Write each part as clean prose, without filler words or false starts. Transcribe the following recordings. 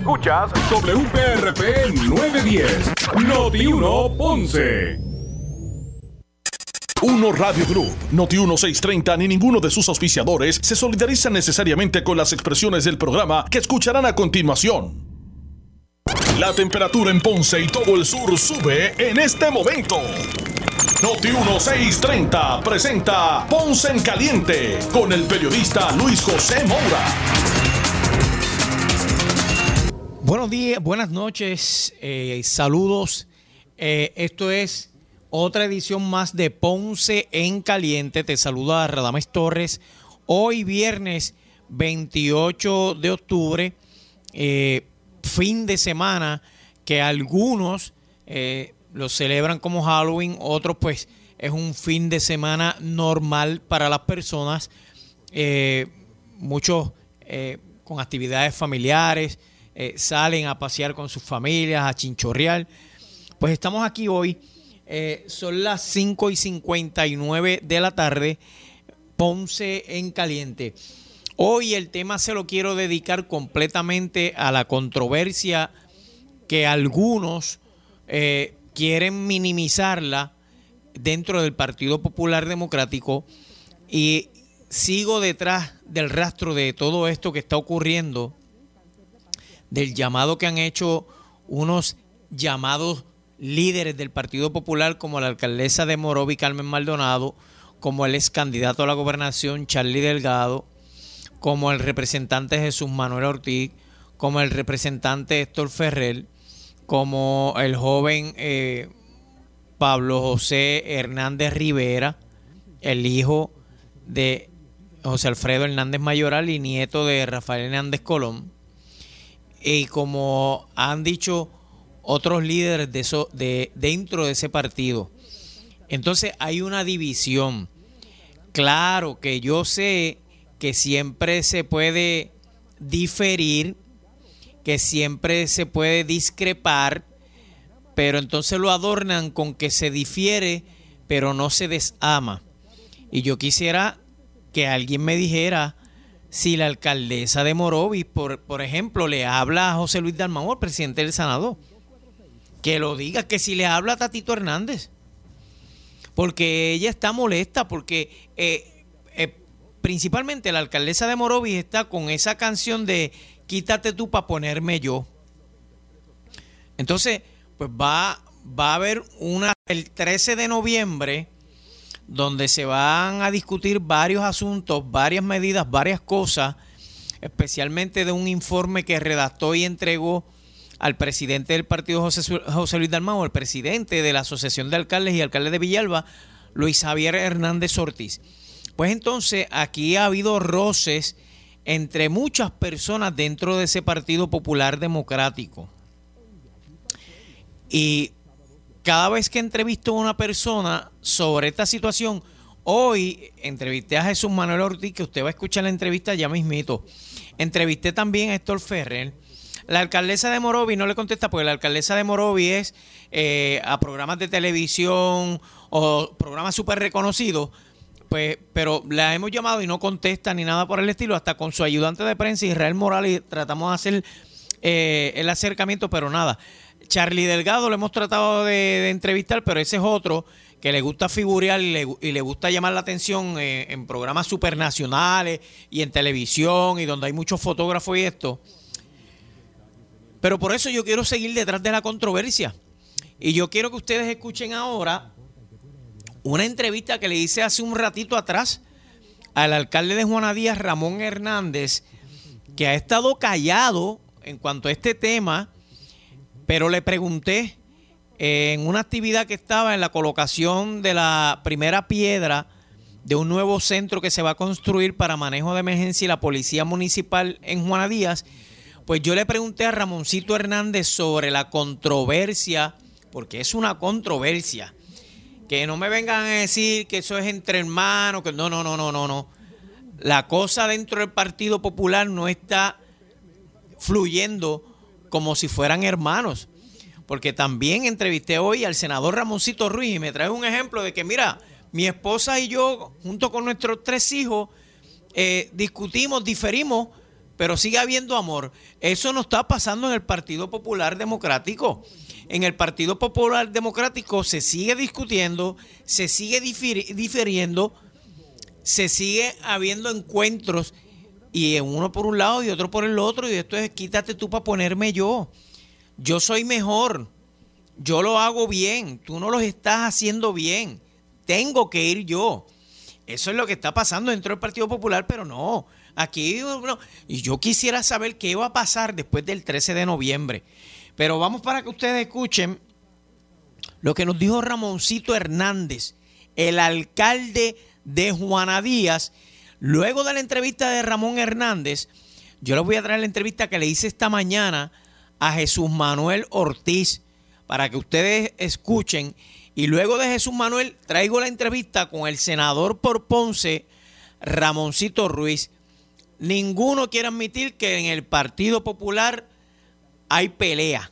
Escuchas WPRP 910, Noti1 Ponce. Uno Radio Group, Noti1 630 ni ninguno de sus auspiciadores se solidarizan necesariamente con las expresiones del programa que escucharán a continuación. La temperatura en Ponce y todo el sur sube en este momento. Noti1 630 presenta Ponce en Caliente con el periodista Luis José Moura. Buenos días, buenas noches, saludos. Esto es otra edición más de Ponce en Caliente. Te saluda Radames Torres. Hoy viernes 28 de octubre, fin de semana que algunos lo celebran como Halloween, otros pues es un fin de semana normal para las personas, muchos con actividades familiares, salen a pasear con sus familias, a chinchorrear. Pues estamos aquí hoy, son las 5:59 de la tarde, Ponce en Caliente. Hoy el tema se lo quiero dedicar completamente a la controversia que algunos quieren minimizarla dentro del Partido Popular Democrático, y sigo detrás del rastro de todo esto que está ocurriendo, del llamado que han hecho unos llamados líderes del Partido Popular como la alcaldesa de Morovi, Carmen Maldonado, como el ex candidato a la gobernación Charlie Delgado, como el representante Jesús Manuel Ortiz, como el representante Héctor Ferrer, como el joven Pablo José Hernández Rivera, el hijo de José Alfredo Hernández Mayoral y nieto de Rafael Hernández Colón, y como han dicho otros líderes dentro de ese partido. Entonces hay una división. Claro que yo sé que siempre se puede diferir, que siempre se puede discrepar, pero entonces lo adornan con que se difiere, pero no se desama. Y yo quisiera que alguien me dijera si la alcaldesa de Morovis, por ejemplo, le habla a José Luis Dalmau, el presidente del Senado, que lo diga, que si le habla a Tatito Hernández, porque ella está molesta, porque principalmente la alcaldesa de Morovis está con esa canción de quítate tú para ponerme yo. Entonces, pues va a haber el 13 de noviembre, donde se van a discutir varios asuntos, varias medidas, varias cosas, especialmente de un informe que redactó y entregó al presidente del partido José Luis Dalmau, el presidente de la Asociación de Alcaldes y Alcaldes de Villalba, Luis Javier Hernández Ortiz. Pues entonces aquí ha habido roces entre muchas personas dentro de ese Partido Popular Democrático. Y cada vez que entrevisto a una persona sobre esta situación, hoy entrevisté a Jesús Manuel Ortiz, que usted va a escuchar la entrevista ya mismito. Entrevisté también a Héctor Ferrer. La alcaldesa de Morovi no le contesta, porque la alcaldesa de Morovi es a programas de televisión o programas súper reconocidos, pues, pero la hemos llamado y no contesta ni nada por el estilo. Hasta con su ayudante de prensa, Israel Morales, tratamos de hacer el acercamiento, pero nada. Charlie Delgado lo hemos tratado de entrevistar, pero ese es otro que le gusta figurear y le gusta llamar la atención en programas supernacionales y en televisión y donde hay muchos fotógrafos y esto. Pero por eso yo quiero seguir detrás de la controversia. Y yo quiero que ustedes escuchen ahora una entrevista que le hice hace un ratito atrás al alcalde de Juana Díaz, Ramón Hernández, que ha estado callado en cuanto a este tema, pero le pregunté en una actividad que estaba en la colocación de la primera piedra de un nuevo centro que se va a construir para manejo de emergencia y la policía municipal en Juana Díaz. Pues yo le pregunté a Ramoncito Hernández sobre la controversia, porque es una controversia. Que no me vengan a decir que eso es entre hermanos, que no. La cosa dentro del Partido Popular no está fluyendo como si fueran hermanos. Porque también entrevisté hoy al senador Ramoncito Ruiz y me trae un ejemplo de que, mira, mi esposa y yo, junto con nuestros 3 hijos, discutimos, diferimos, pero sigue habiendo amor. Eso no está pasando en el Partido Popular Democrático. En el Partido Popular Democrático se sigue discutiendo, se sigue difiriendo, se sigue habiendo encuentros, y uno por un lado y otro por el otro, y esto es quítate tú para ponerme yo. Yo soy mejor, yo lo hago bien, tú no lo estás haciendo bien, tengo que ir yo. Eso es lo que está pasando dentro del Partido Popular, pero no, aquí no. Y yo quisiera saber qué va a pasar después del 13 de noviembre. Pero vamos para que ustedes escuchen lo que nos dijo Ramoncito Hernández, el alcalde de Juana Díaz. Luego de la entrevista de Ramón Hernández, yo les voy a traer la entrevista que le hice esta mañana a Jesús Manuel Ortiz para que ustedes escuchen. Y luego de Jesús Manuel traigo la entrevista con el senador por Ponce, Ramoncito Ruiz. Ninguno quiere admitir que en el Partido Popular hay pelea.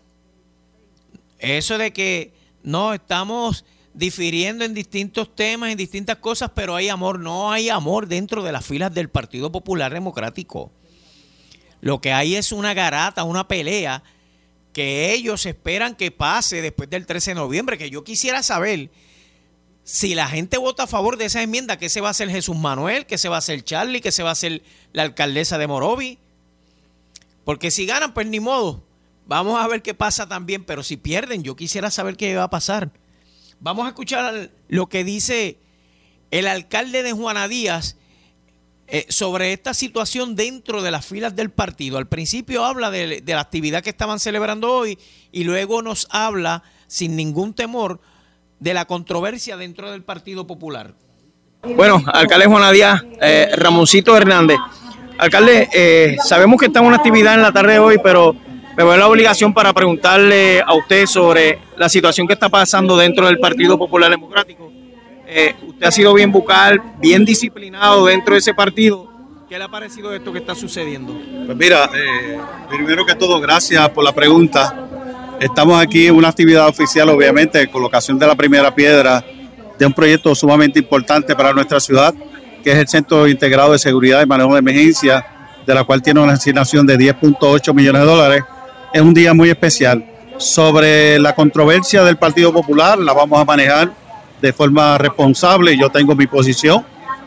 Eso de que no estamos difiriendo en distintos temas, en distintas cosas, pero hay amor. No hay amor dentro de las filas del Partido Popular Democrático. Lo que hay es una garata, una pelea que ellos esperan que pase después del 13 de noviembre, que yo quisiera saber si la gente vota a favor de esa enmienda, ¿qué se va a hacer Jesús Manuel? ¿Qué se va a hacer Charlie? ¿Qué se va a hacer la alcaldesa de Morovi? Porque si ganan, pues ni modo. Vamos a ver qué pasa también, pero si pierden, yo quisiera saber qué va a pasar. Vamos a escuchar lo que dice el alcalde de Juana Díaz sobre esta situación dentro de las filas del partido. Al principio habla de la actividad que estaban celebrando hoy y luego nos habla sin ningún temor de la controversia dentro del Partido Popular. Bueno, alcalde de Juana Díaz, Ramoncito Hernández. Alcalde, sabemos que está en una actividad en la tarde de hoy, pero me veo la obligación para preguntarle a usted sobre la situación que está pasando dentro del Partido Popular Democrático. Usted ha sido bien vocal, bien disciplinado dentro de ese partido. ¿Qué le ha parecido esto que está sucediendo? Pues mira, primero que todo, gracias por la pregunta. Estamos aquí en una actividad oficial, obviamente, de colocación de la primera piedra de un proyecto sumamente importante para nuestra ciudad, que es el Centro Integrado de Seguridad y Manejo de Emergencia, de la cual tiene una asignación de $10.8 millones. Es un día muy especial. Sobre la controversia del Partido Popular, la vamos a manejar de forma responsable. Yo tengo mi posición.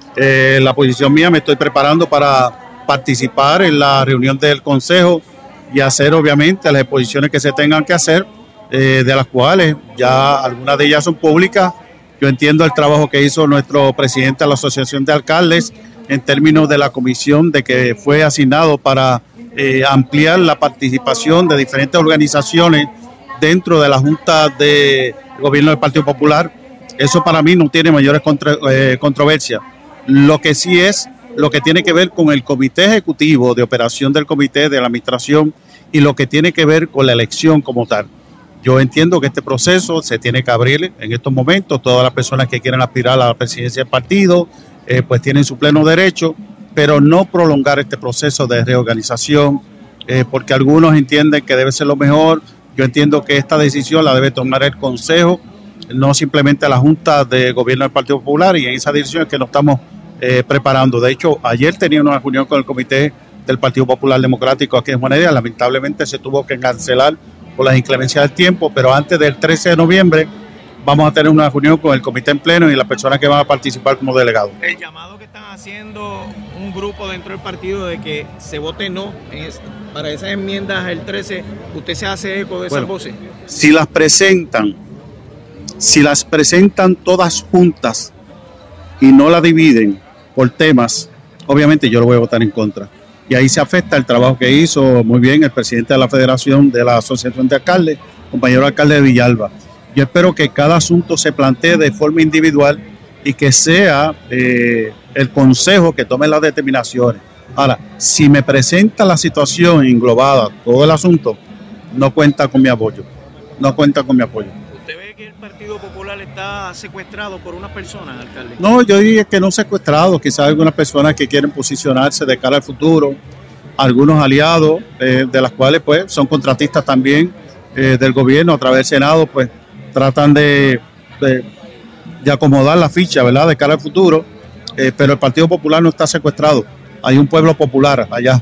La posición mía, me estoy preparando para participar en la reunión del Consejo y hacer, obviamente, las exposiciones que se tengan que hacer, de las cuales ya algunas de ellas son públicas. Yo entiendo el trabajo que hizo nuestro presidente de la Asociación de Alcaldes en términos de la comisión de que fue asignado para ampliar la participación de diferentes organizaciones dentro de la Junta de Gobierno del Partido Popular. Eso para mí no tiene mayores controversias. Lo que sí es lo que tiene que ver con el comité ejecutivo de operación del comité de la administración y lo que tiene que ver con la elección como tal. Yo entiendo que este proceso se tiene que abrir en estos momentos. Todas las personas que quieren aspirar a la presidencia del partido pues tienen su pleno derecho, pero no prolongar este proceso de reorganización porque algunos entienden que debe ser lo mejor. Yo entiendo que esta decisión la debe tomar el Consejo, no simplemente la Junta de Gobierno del Partido Popular, y en esa dirección es que nos estamos preparando. De hecho, ayer tenía una reunión con el Comité del Partido Popular Democrático aquí en Juana Díaz. Lamentablemente se tuvo que cancelar por las inclemencias del tiempo, pero antes del 13 de noviembre vamos a tener una reunión con el comité en pleno y las personas que van a participar como delegados. El llamado que están haciendo un grupo dentro del partido de que se vote no para esas enmiendas el 13, ¿usted se hace eco de esas voces? Si las presentan todas juntas y no las dividen por temas, obviamente yo lo voy a votar en contra. Y ahí se afecta el trabajo que hizo muy bien el presidente de la Federación de la Asociación de Alcaldes, compañero alcalde de Villalba. Yo espero que cada asunto se plantee de forma individual y que sea el Consejo que tome las determinaciones. Ahora, si me presenta la situación englobada, todo el asunto, no cuenta con mi apoyo. No cuenta con mi apoyo. ¿Usted ve que el Partido Popular está secuestrado por unas personas, alcalde? No, yo diría que no secuestrado. Quizás algunas personas que quieren posicionarse de cara al futuro, algunos aliados, de las cuales pues son contratistas también del gobierno a través del Senado, pues tratan de acomodar la ficha, ¿verdad?, de cara al futuro, pero el Partido Popular no está secuestrado. Hay un pueblo popular allá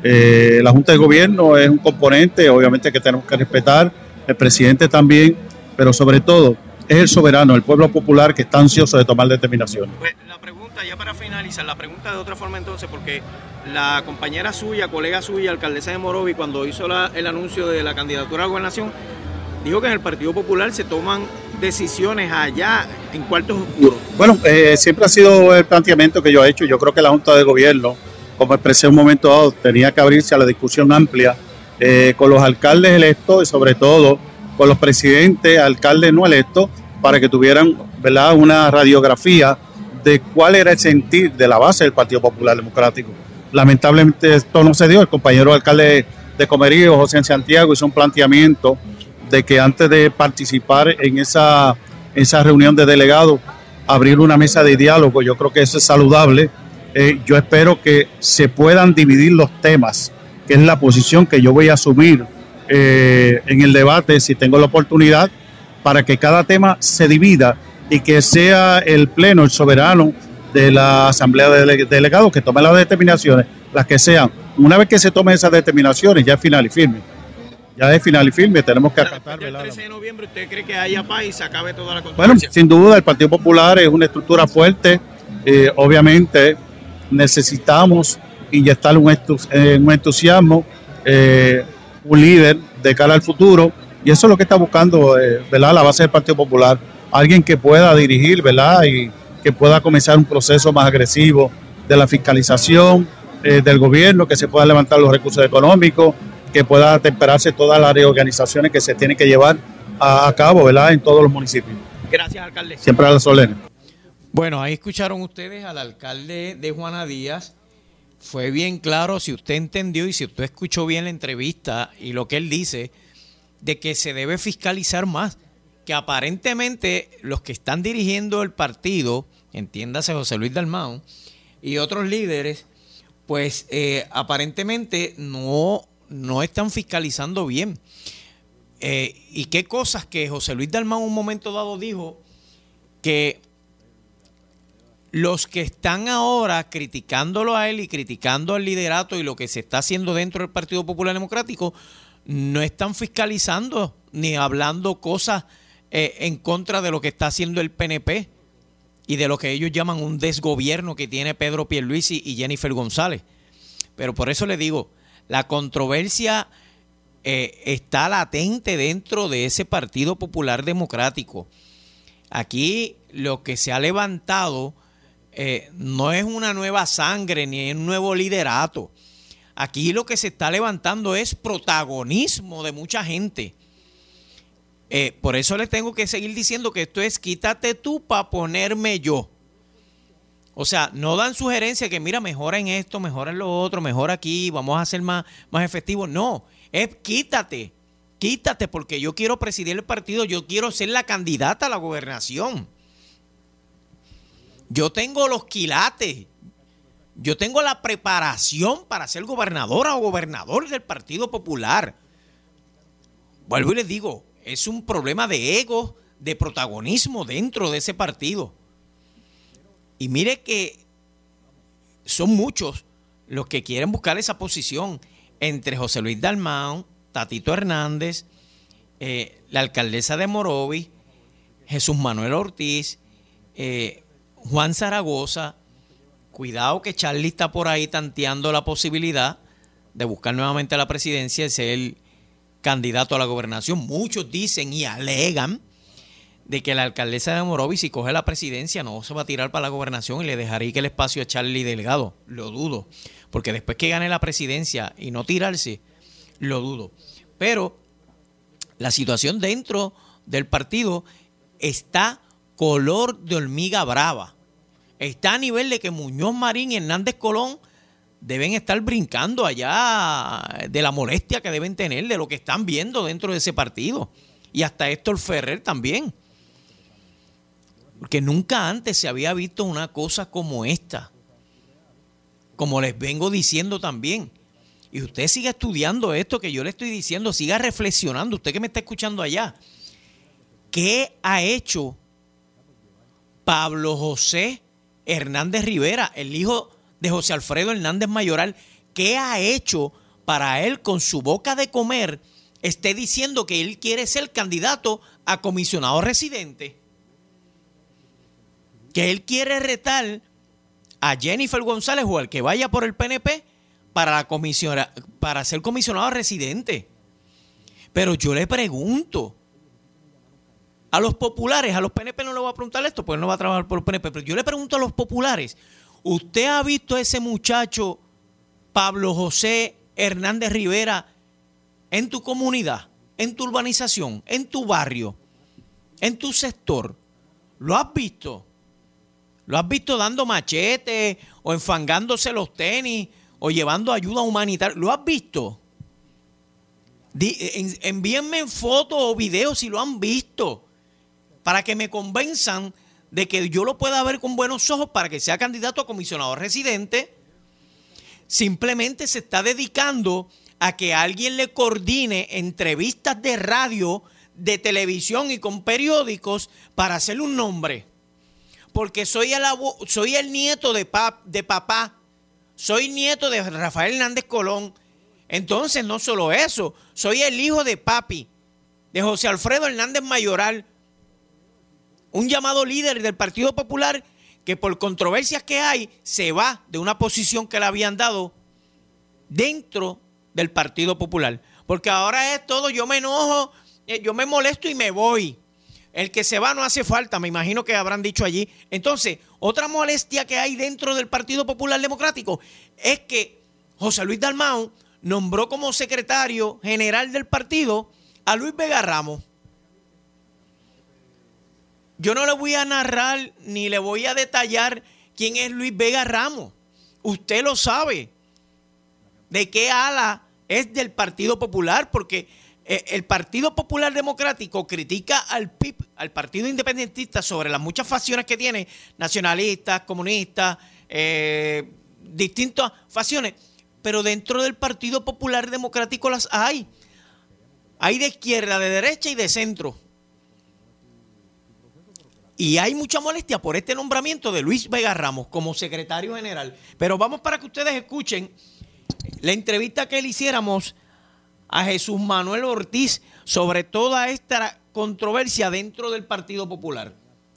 La Junta de Gobierno es un componente, obviamente, que tenemos que respetar, el presidente también, pero sobre todo es el soberano, el pueblo popular que está ansioso de tomar determinaciones. Pues la pregunta, ya para finalizar, la pregunta de otra forma entonces, porque la compañera suya, colega suya, alcaldesa de Morovis, cuando hizo el anuncio de la candidatura a la gobernación, dijo que en el Partido Popular se toman decisiones allá en cuartos oscuros. Bueno, siempre ha sido el planteamiento que yo he hecho. Yo creo que la Junta de Gobierno, como expresé en un momento dado, tenía que abrirse a la discusión amplia con los alcaldes electos y sobre todo con los presidentes, alcaldes no electos, para que tuvieran, ¿verdad?, una radiografía de cuál era el sentir de la base del Partido Popular Democrático. Lamentablemente esto no se dio. El compañero alcalde de Comerío, José Santiago, hizo un planteamiento de que antes de participar en esa reunión de delegados, abrir una mesa de diálogo. Yo creo que eso es saludable. Yo espero que se puedan dividir los temas, que es la posición que yo voy a asumir en el debate, si tengo la oportunidad, para que cada tema se divida y que sea el pleno, el soberano de la Asamblea de Delegados que tome las determinaciones, las que sean. Una vez que se tomen esas determinaciones, ya es final y firme. Ya es final y firme, tenemos que acatar. El 13 de noviembre, ¿usted cree que haya paz y se acabe toda la controversia? Bueno, sin duda, el Partido Popular es una estructura fuerte. Obviamente, necesitamos inyectar un entusiasmo, un líder de cara al futuro, y eso es lo que está buscando, ¿verdad?, la base del Partido Popular. Alguien que pueda dirigir, ¿verdad?, y que pueda comenzar un proceso más agresivo de la fiscalización del gobierno, que se puedan levantar los recursos económicos, que pueda atemperarse todas las reorganizaciones que se tienen que llevar a cabo, ¿verdad?, en todos los municipios. Gracias, alcalde. Siempre a las órdenes. Bueno, ahí escucharon ustedes al alcalde de Juana Díaz. Fue bien claro, si usted entendió y si usted escuchó bien la entrevista y lo que él dice, de que se debe fiscalizar más, que aparentemente los que están dirigiendo el partido, entiéndase José Luis Dalmau y otros líderes, pues aparentemente no están fiscalizando bien. Y qué cosas que José Luis Dalmau en un momento dado dijo, que los que están ahora criticándolo a él y criticando al liderato y lo que se está haciendo dentro del Partido Popular Democrático, no están fiscalizando ni hablando cosas en contra de lo que está haciendo el PNP y de lo que ellos llaman un desgobierno que tiene Pedro Pierluisi y Jennifer González. Pero por eso le digo, la controversia está latente dentro de ese Partido Popular Democrático. Aquí lo que se ha levantado no es una nueva sangre ni un nuevo liderato. Aquí lo que se está levantando es protagonismo de mucha gente. Por eso les tengo que seguir diciendo que esto es quítate tú para ponerme yo. O sea, no dan sugerencias que mira, mejora en esto, mejora en lo otro, mejora aquí, vamos a ser más efectivos. No, es quítate porque yo quiero presidir el partido, yo quiero ser la candidata a la gobernación. Yo tengo los quilates, yo tengo la preparación para ser gobernadora o gobernador del Partido Popular. Vuelvo y les digo, es un problema de ego, de protagonismo dentro de ese partido. Y mire que son muchos los que quieren buscar esa posición entre José Luis Dalmau, Tatito Hernández, la alcaldesa de Morovis, Jesús Manuel Ortiz, Juan Zaragoza. Cuidado que Charlie está por ahí tanteando la posibilidad de buscar nuevamente la presidencia y ser candidato a la gobernación. Muchos dicen y alegan de que la alcaldesa de Morovis, si coge la presidencia, no se va a tirar para la gobernación y le dejaría que el espacio a Charlie Delgado. Lo dudo, porque después que gane la presidencia y no tirarse, lo dudo. Pero la situación dentro del partido está color de hormiga brava. Está a nivel de que Muñoz Marín y Hernández Colón deben estar brincando allá de la molestia que deben tener de lo que están viendo dentro de ese partido. Y hasta Héctor Ferrer también. Porque nunca antes se había visto una cosa como esta. Como les vengo diciendo también. Y usted siga estudiando esto que yo le estoy diciendo, siga reflexionando, usted que me está escuchando allá. ¿Qué ha hecho Pablo José Hernández Rivera, el hijo de José Alfredo Hernández Mayoral? ¿qué ha hecho para él con su boca de comer esté diciendo que él quiere ser candidato a comisionado residente? Que él quiere retar a Jennifer González o al que vaya por el PNP para ser comisionado residente. Pero yo le pregunto a los populares, a los PNP no le voy a preguntar esto porque él no va a trabajar por el PNP, pero yo le pregunto a los populares, ¿usted ha visto a ese muchacho Pablo José Hernández Rivera en tu comunidad, en tu urbanización, en tu barrio, en tu sector? ¿Lo has visto? ¿Lo has visto dando machetes o enfangándose los tenis o llevando ayuda humanitaria? ¿Lo has visto? Envíenme fotos o videos si lo han visto para que me convenzan de que yo lo pueda ver con buenos ojos para que sea candidato a comisionado residente. Simplemente se está dedicando a que alguien le coordine entrevistas de radio, de televisión y con periódicos para hacerle un nombre. Porque soy el nieto de papá, soy nieto de Rafael Hernández Colón. Entonces, no solo eso, soy el hijo de papi, de José Alfredo Hernández Mayoral, un llamado líder del Partido Popular que por controversias que hay se va de una posición que le habían dado dentro del Partido Popular. Porque ahora es todo, yo me enojo, yo me molesto y me voy. El que se va no hace falta, me imagino que habrán dicho allí. Entonces, otra molestia que hay dentro del Partido Popular Democrático es que José Luis Dalmau nombró como secretario general del partido a Luis Vega Ramos. Yo no le voy a narrar ni le voy a detallar quién es Luis Vega Ramos. Usted lo sabe. ¿De qué ala es del Partido Popular? Porque el Partido Popular Democrático critica al PIB, al Partido Independentista, sobre las muchas facciones que tiene, nacionalistas, comunistas, distintas facciones. Pero dentro del Partido Popular Democrático las hay. Hay de izquierda, de derecha y de centro. Y hay mucha molestia por este nombramiento de Luis Vega Ramos como secretario general. Pero vamos para que ustedes escuchen la entrevista que le hiciéramos a Jesús Manuel Ortiz sobre toda esta controversia dentro del Partido Popular.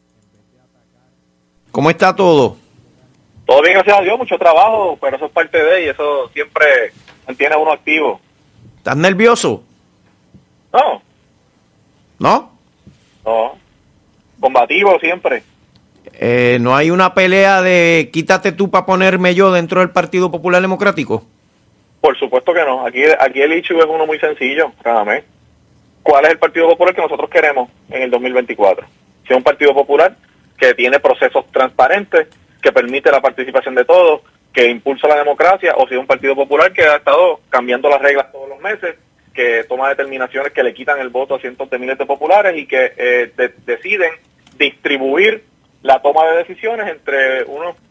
¿Cómo está todo? Todo bien, gracias a Dios, mucho trabajo, pero eso es parte de, y eso siempre mantiene a uno activo. ¿Estás nervioso? No. ¿No? No. Combativo siempre. ¿No hay una pelea de quítate tú para ponerme yo dentro del Partido Popular Democrático? Por supuesto que no. Aquí el issue es uno muy sencillo, Radamés. ¿Cuál es el Partido Popular que nosotros queremos en el 2024? Si es un Partido Popular que tiene procesos transparentes, que permite la participación de todos, que impulsa la democracia, o si es un Partido Popular que ha estado cambiando las reglas todos los meses, que toma determinaciones que le quitan el voto a cientos de miles de populares y que deciden distribuir la toma de decisiones entre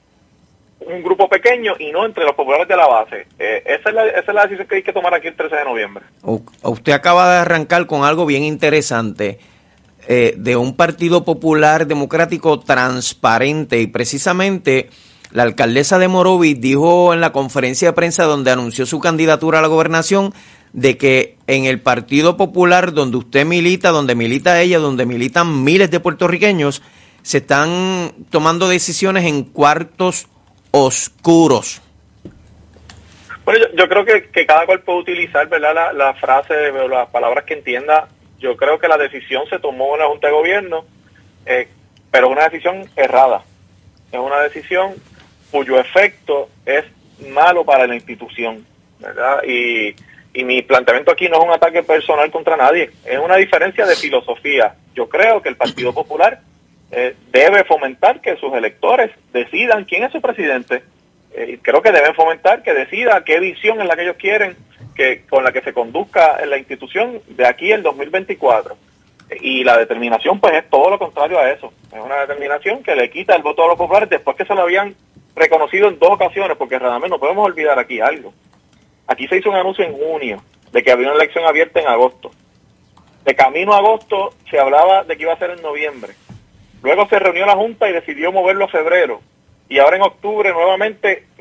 un grupo pequeño y no entre los populares de la base. Esa es la decisión que hay que tomar aquí el 13 de noviembre. Usted acaba de arrancar con algo bien interesante, de un Partido Popular Democrático transparente, y precisamente la alcaldesa de Morovis dijo en la conferencia de prensa donde anunció su candidatura a la gobernación de que en el Partido Popular donde usted milita, donde milita ella, donde militan miles de puertorriqueños, se están tomando decisiones en cuartos oscuros. Bueno, yo creo que cada cual puede utilizar, ¿verdad?, la frase o las palabras que entienda. Yo creo que la decisión se tomó en la Junta de Gobierno, pero es una decisión errada. Es una decisión cuyo efecto es malo para la institución, ¿verdad? Y mi planteamiento aquí no es un ataque personal contra nadie, es una diferencia de filosofía. Yo creo que el Partido Popular debe fomentar que sus electores decidan quién es su presidente. Creo que deben fomentar que decida qué visión es la que ellos quieren con la que se conduzca en la institución de aquí el 2024. Y la determinación pues es todo lo contrario a eso. Es una determinación que le quita el voto a los populares después que se lo habían reconocido en 2 ocasiones, porque realmente no podemos olvidar aquí algo. Aquí se hizo un anuncio en junio de que había una elección abierta en agosto. De camino a agosto se hablaba de que iba a ser en noviembre. Luego se reunió la Junta y decidió moverlo a febrero. Y ahora en octubre nuevamente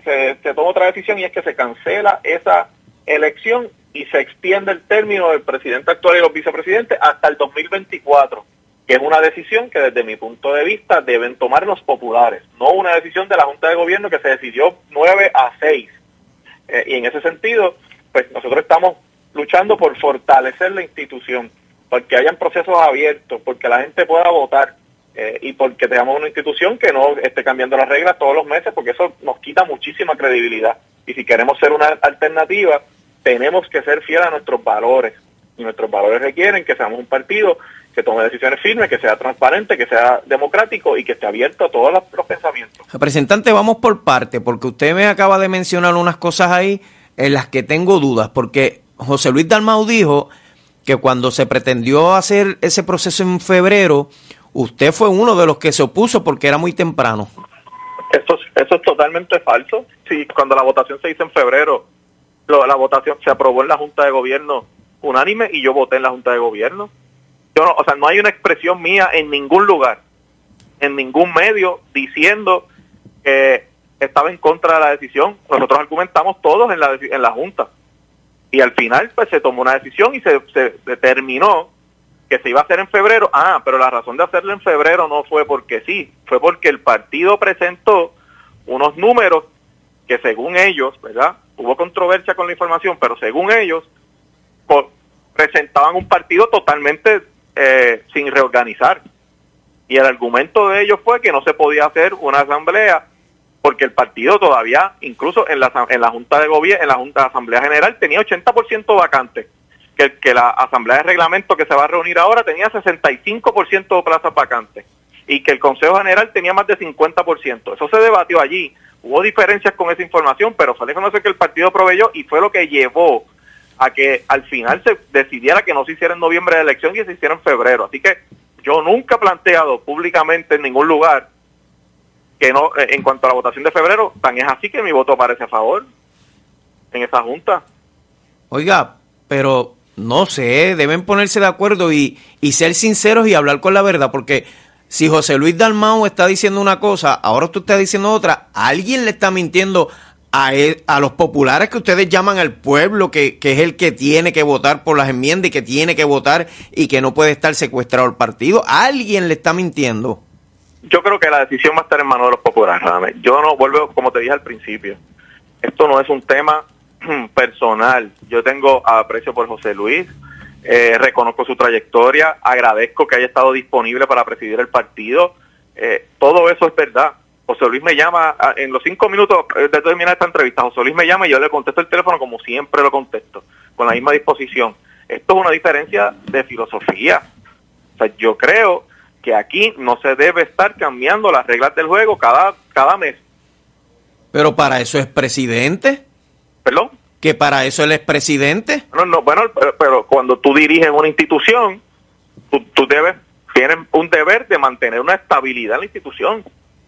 se toma otra decisión, y es que se cancela esa elección y se extiende el término del presidente actual y los vicepresidentes hasta el 2024, que es una decisión que desde mi punto de vista deben tomar los populares, no una decisión de la Junta de Gobierno que se decidió 9-6. Y en ese sentido, pues nosotros estamos luchando por fortalecer la institución, porque hayan procesos abiertos, porque la gente pueda votar, y porque tengamos una institución que no esté cambiando las reglas todos los meses, porque eso nos quita muchísima credibilidad. Y si queremos ser una alternativa, tenemos que ser fieles a nuestros valores. Y nuestros valores requieren que seamos un partido que tome decisiones firmes, que sea transparente, que sea democrático y que esté abierto a todos los pensamientos. Representante, vamos por parte, porque usted me acaba de mencionar unas cosas ahí en las que tengo dudas, porque José Luis Dalmau dijo que cuando se pretendió hacer ese proceso en febrero, usted fue uno de los que se opuso porque era muy temprano. Eso es totalmente falso. Sí, cuando la votación se hizo en febrero, la votación se aprobó en la Junta de Gobierno unánime y yo voté en la Junta de Gobierno. No hay una expresión mía en ningún lugar, en ningún medio, diciendo que estaba en contra de la decisión. Nosotros argumentamos todos en la Junta. Y al final pues se tomó una decisión y se determinó que se iba a hacer en febrero. Pero la razón de hacerlo en febrero no fue porque sí, fue porque el partido presentó unos números que según ellos, ¿verdad? Hubo controversia con la información, pero según ellos presentaban un partido totalmente sin reorganizar. Y el argumento de ellos fue que no se podía hacer una asamblea porque el partido todavía, incluso en la Junta de Gobierno, en la Junta de Asamblea General, tenía 80% vacante. Que la Asamblea de Reglamento que se va a reunir ahora tenía 65% de plazas vacantes. Y que el Consejo General tenía más de 50%. Eso se debatió allí. Hubo diferencias con esa información, pero fue la información que el partido proveyó y fue lo que llevó a que al final se decidiera que no se hiciera en noviembre la elección y se hiciera en febrero. Así que yo nunca he planteado públicamente en ningún lugar que no, en cuanto a la votación de febrero, tan es así que mi voto parece a favor en esa junta. Oiga, pero no sé, deben ponerse de acuerdo y ser sinceros y hablar con la verdad, porque si José Luis Dalmau está diciendo una cosa, ahora usted está diciendo otra, alguien le está mintiendo a los populares que ustedes llaman al pueblo, que es el que tiene que votar por las enmiendas y que tiene que votar y que no puede estar secuestrado el partido. Alguien le está mintiendo. Yo creo que la decisión va a estar en manos de los populares, realmente. Yo no vuelvo, como te dije al principio, esto no es un tema personal. Yo tengo aprecio por José Luis, reconozco su trayectoria, agradezco que haya estado disponible para presidir el partido, todo eso es verdad. José Luis me llama en los 5 minutos de terminar esta entrevista. José Luis me llama y yo le contesto el teléfono como siempre lo contesto, con la misma disposición. Esto es una diferencia de filosofía. O sea, yo creo que aquí no se debe estar cambiando las reglas del juego cada mes. Pero para eso es presidente. ¿Perdón? ¿Que para eso él es presidente? Pero cuando tú diriges una institución, tienes un deber de mantener una estabilidad en la institución.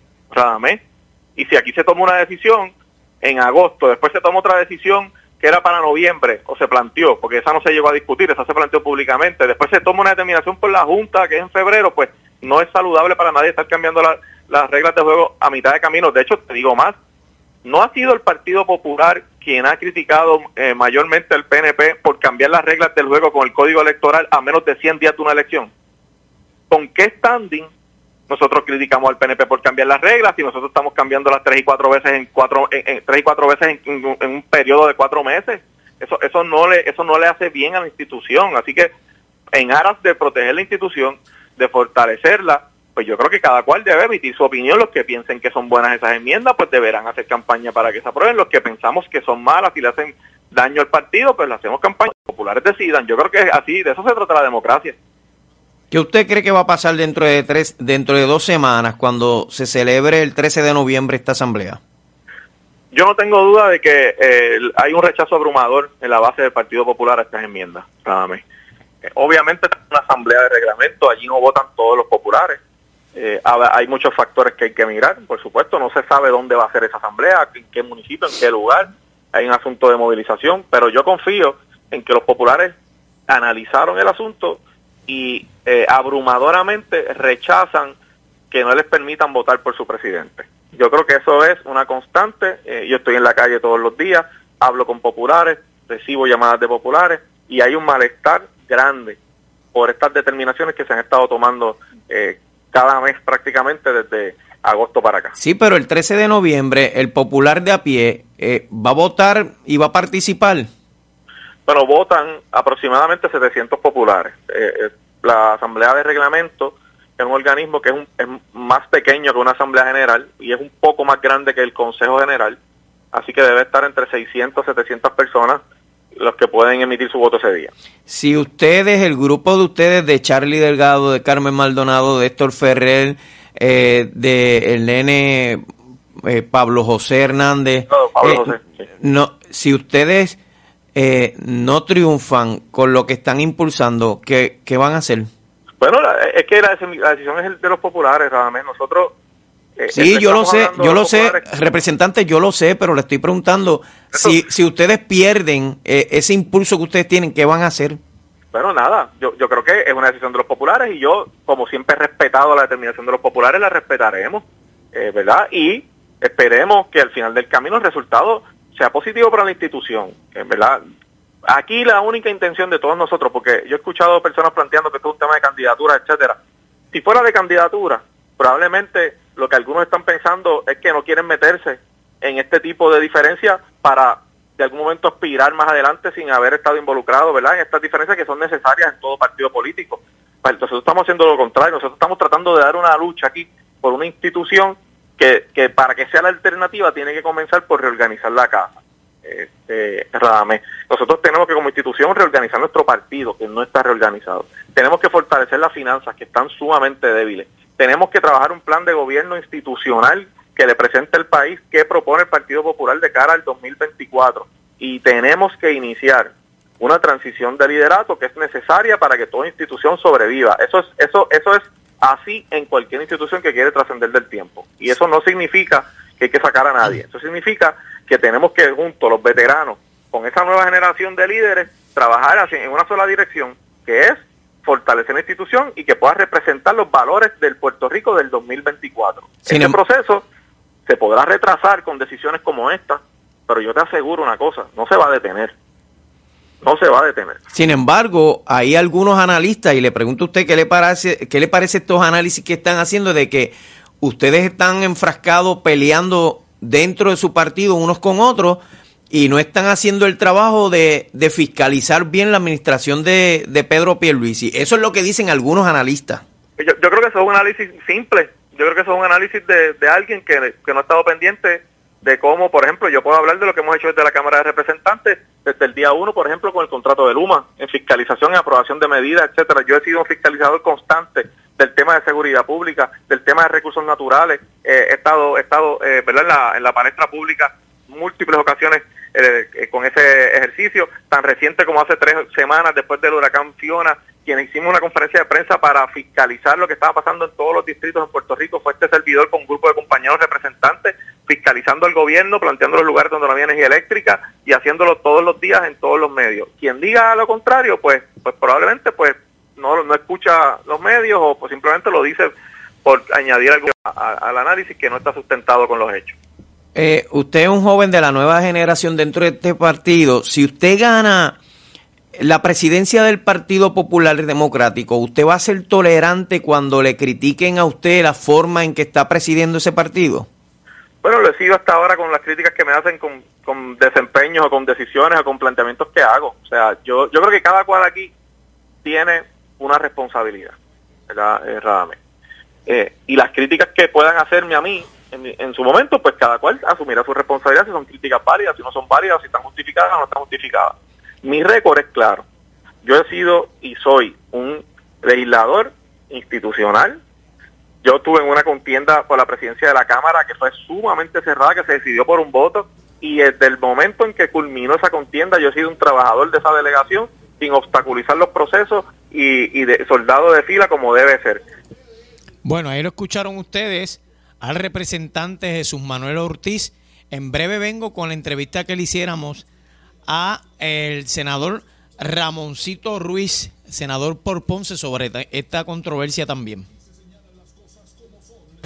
Y si aquí se toma una decisión en agosto, después se toma otra decisión que era para noviembre, o se planteó, porque esa no se llegó a discutir, esa se planteó públicamente, después se toma una determinación por la Junta, que es en febrero, pues no es saludable para nadie estar cambiando las reglas de juego a mitad de camino. De hecho, te digo más, no ha sido el Partido Popular quien ha criticado mayormente al PNP por cambiar las reglas del juego con el Código Electoral a menos de 100 días de una elección. ¿Con qué standing nosotros criticamos al PNP por cambiar las reglas y nosotros estamos cambiando las 3 y 4 veces en un periodo de 4 meses? Eso no le hace bien a la institución. Así que en aras de proteger la institución, de fortalecerla, pues yo creo que cada cual debe emitir su opinión. Los que piensen que son buenas esas enmiendas, pues deberán hacer campaña para que se aprueben. Los que pensamos que son malas y le hacen daño al partido, pues le hacemos campaña. Los populares decidan. Yo creo que así, de eso se trata la democracia. ¿Qué usted cree que va a pasar dentro de 2 semanas, cuando se celebre el 13 de noviembre esta asamblea? Yo no tengo duda de que hay un rechazo abrumador en la base del Partido Popular a estas enmiendas. Obviamente es una asamblea de reglamento, allí no votan todos los populares. Hay muchos factores que hay que mirar, por supuesto, no se sabe dónde va a ser esa asamblea, en qué municipio, en qué lugar, hay un asunto de movilización, pero yo confío en que los populares analizaron el asunto y abrumadoramente rechazan que no les permitan votar por su presidente. Yo creo que eso es una constante. Yo estoy en la calle todos los días, hablo con populares, recibo llamadas de populares y hay un malestar grande por estas determinaciones que se han estado tomando cada mes prácticamente desde agosto para acá. Sí, pero el 13 de noviembre el popular de a pie va a votar y va a participar. Bueno, votan aproximadamente 700 populares. La Asamblea de Reglamento es un organismo que es más pequeño que una Asamblea General y es un poco más grande que el Consejo General, así que debe estar entre 600 y 700 personas los que pueden emitir su voto ese día. Si ustedes, el grupo de ustedes, de Charlie Delgado, de Carmen Maldonado, de Héctor Ferrer, de el nene Pablo José Hernández, Pablo José, sí. Si ustedes no triunfan con lo que están impulsando, ¿qué van a hacer? Bueno, es que la decisión es de los populares, realmente. Nosotros... sí, yo lo sé, representante, yo lo sé, pero le estoy preguntando, si ustedes pierden ese impulso que ustedes tienen, ¿qué van a hacer? Bueno, nada, yo creo que es una decisión de los populares y yo, como siempre he respetado la determinación de los populares, la respetaremos, ¿verdad? Y esperemos que al final del camino el resultado sea positivo para la institución, ¿verdad? Aquí la única intención de todos nosotros, porque yo he escuchado personas planteando que esto es un tema de candidatura, etcétera. Si fuera de candidatura, probablemente lo que algunos están pensando es que no quieren meterse en este tipo de diferencias para de algún momento aspirar más adelante sin haber estado involucrado, ¿verdad?, en estas diferencias que son necesarias en todo partido político. Entonces nosotros estamos haciendo lo contrario, nosotros estamos tratando de dar una lucha aquí por una institución que para que sea la alternativa tiene que comenzar por reorganizar la casa. Nosotros tenemos que como institución reorganizar nuestro partido, que no está reorganizado. Tenemos que fortalecer las finanzas, que están sumamente débiles. Tenemos que trabajar un plan de gobierno institucional que le presente al país qué propone el Partido Popular de cara al 2024. Y tenemos que iniciar una transición de liderato que es necesaria para que toda institución sobreviva. Eso es así en cualquier institución que quiere trascender del tiempo. Y eso no significa que hay que sacar a nadie. Eso significa que tenemos que, junto los veteranos, con esa nueva generación de líderes, trabajar en una sola dirección, que es fortalecer la institución y que pueda representar los valores del Puerto Rico del 2024. Este proceso se podrá retrasar con decisiones como esta, pero yo te aseguro una cosa, no se va a detener. No se va a detener. Sin embargo, hay algunos analistas, y le pregunto a usted qué le parece estos análisis que están haciendo de que ustedes están enfrascados peleando dentro de su partido unos con otros y no están haciendo el trabajo de fiscalizar bien la administración de Pedro Pierluisi. Eso es lo que dicen algunos analistas. Yo creo que eso es un análisis simple. Yo creo que eso es un análisis de alguien que no ha estado pendiente de cómo, por ejemplo, yo puedo hablar de lo que hemos hecho desde la Cámara de Representantes, desde el día 1, por ejemplo, con el contrato de Luma, en fiscalización y aprobación de medidas, etcétera. Yo he sido un fiscalizador constante del tema de seguridad pública, del tema de recursos naturales. He estado ¿verdad?, en la palestra pública múltiples ocasiones con ese ejercicio, tan reciente como hace 3 semanas después del huracán Fiona, quienes hicimos una conferencia de prensa para fiscalizar lo que estaba pasando en todos los distritos en Puerto Rico. Fue este servidor con un grupo de compañeros representantes fiscalizando al gobierno, planteando los lugares donde no había energía eléctrica y haciéndolo todos los días en todos los medios. Quien diga lo contrario, pues probablemente no escucha los medios o pues simplemente lo dice por añadir algo al análisis que no está sustentado con los hechos. Usted es un joven de la nueva generación dentro de este partido. Si usted gana la presidencia del Partido Popular Democrático, ¿usted va a ser tolerante cuando le critiquen a usted la forma en que está presidiendo ese partido? Bueno, lo he sido hasta ahora con las críticas que me hacen con desempeños o con decisiones o con planteamientos que hago. O sea, yo creo que cada cual aquí tiene una responsabilidad, ¿verdad, Radamés? Y las críticas que puedan hacerme a mí en su momento, pues cada cual asumirá su responsabilidad si son críticas válidas, si no son válidas, si están justificadas o no están justificadas. Mi récord es claro. Yo he sido y soy un legislador institucional. Yo estuve en una contienda por la presidencia de la Cámara que fue sumamente cerrada, que se decidió por un voto, y desde el momento en que culminó esa contienda yo he sido un trabajador de esa delegación sin obstaculizar los procesos y de soldado de fila como debe ser. Bueno, ahí lo escucharon ustedes al representante Jesús Manuel Ortiz. En breve vengo con la entrevista que le hiciéramos a el senador Ramoncito Ruiz, senador por Ponce, sobre esta controversia también.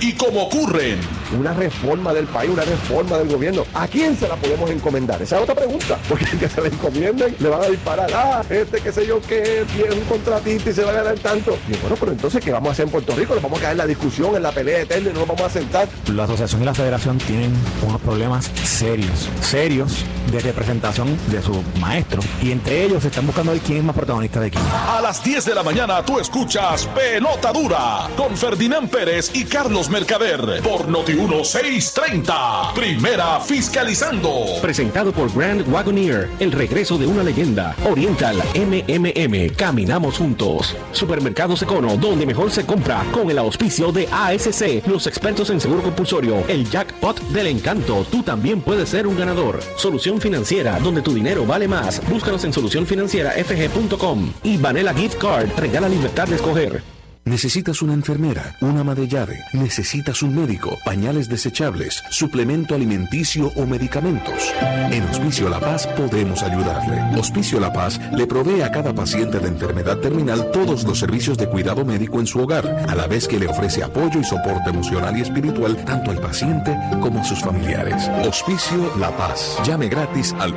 y cómo ocurren. Una reforma del país, una reforma del gobierno. ¿A quién se la podemos encomendar? Esa es otra pregunta. Porque el que se la encomienden le van a disparar. Qué sé yo, que es un contratista y se va a ganar tanto. Y bueno, pero entonces, ¿qué vamos a hacer en Puerto Rico? Nos vamos a caer en la discusión, en la pelea eterna y no nos vamos a sentar. La asociación y la federación tienen unos problemas serios de representación de sus maestros. Y entre ellos se están buscando ver quién es más protagonista de quién. A las 10 de la mañana tú escuchas Pelota Dura con Ferdinand Pérez y Carlos Mercader por Noti1 630. Primera fiscalizando. Presentado por Grand Wagoneer, el regreso de una leyenda. Oriental MMM, caminamos juntos. Supermercados Econo, donde mejor se compra, con el auspicio de ASC, los expertos en seguro compulsorio. El jackpot del encanto, tú también puedes ser un ganador. Solución Financiera, donde tu dinero vale más. Búscanos en solucionfinancierafg.com. Y Vanilla Gift Card, regala libertad de escoger. ¿Necesitas una enfermera, un ama de llave? ¿Necesitas un médico, pañales desechables, suplemento alimenticio o medicamentos? En Hospicio La Paz podemos ayudarle. Hospicio La Paz le provee a cada paciente de enfermedad terminal todos los servicios de cuidado médico en su hogar, a la vez que le ofrece apoyo y soporte emocional y espiritual tanto al paciente como a sus familiares. Hospicio La Paz. Llame gratis al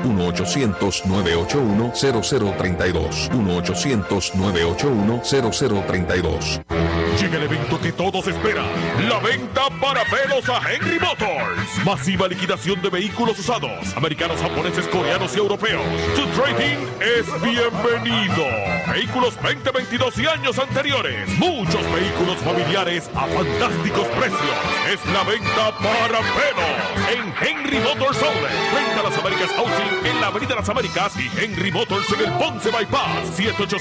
1-800-981-0032. 1-800-981-0032. Llega el evento que todos esperan, la venta para pelos a Henry Motors. Masiva liquidación de vehículos usados, americanos, japoneses, coreanos y europeos. Tu trading es bienvenido. Vehículos 2022 y años anteriores. Muchos vehículos familiares a fantásticos precios. Es la venta para pelos en Henry Motors Outlet. Venta Las Américas Housing en la Avenida Las Américas y Henry Motors en el Ponce Bypass.